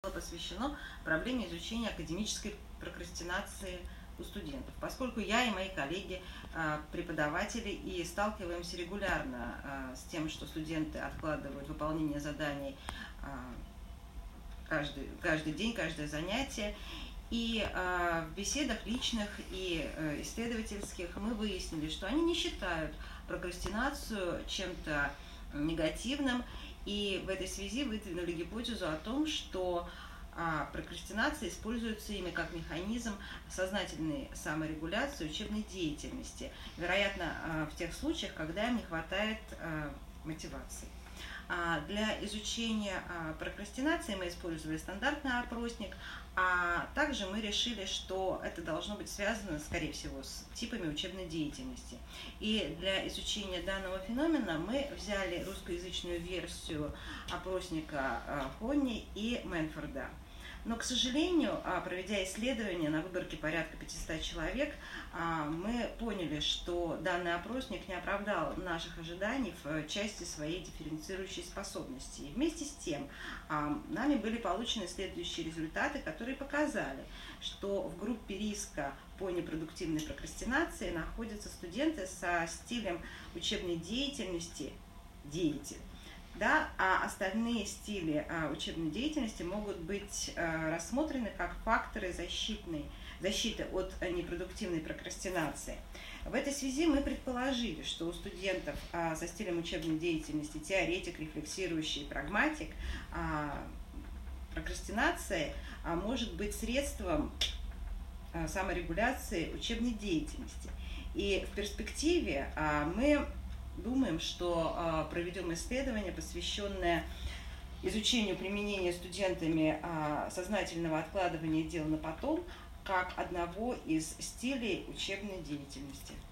было посвящено проблеме изучения академической прокрастинации у студентов, поскольку я и мои коллеги, преподаватели, и сталкиваемся регулярно с тем, что студенты откладывают выполнение заданий каждый день, каждое занятие. И в беседах личных и исследовательских мы выяснили, что они не считают прокрастинацию чем-то негативным, и в этой связи выдвинули гипотезу о том, что прокрастинация используется ими как механизм сознательной саморегуляции учебной деятельности, вероятно, в тех случаях, когда им не хватает мотивации. Для изучения прокрастинации мы использовали стандартный опросник, а также мы решили, что это должно быть связано, скорее всего, с типами учебной деятельности. И для изучения данного феномена мы взяли русскоязычную версию опросника Хонни и Мэнфорда. Но, к сожалению, проведя исследование на выборке порядка 500 человек, мы поняли, что данный опросник не оправдал наших ожиданий в части своей дифференцирующей способности. И вместе с тем нами были получены следующие результаты, которые показали, что в группе риска по непродуктивной прокрастинации находятся студенты со стилем учебной деятельности «деятель». Да, а остальные стили учебной деятельности могут быть рассмотрены как факторы защиты от непродуктивной прокрастинации. В этой связи мы предположили, что у студентов со стилем учебной деятельности теоретик, рефлексирующий, прагматик, прокрастинация может быть средством саморегуляции учебной деятельности. И в перспективе мы думаем, что проведем исследование, посвященное изучению применения студентами сознательного откладывания дел на потом, как одного из стилей учебной деятельности.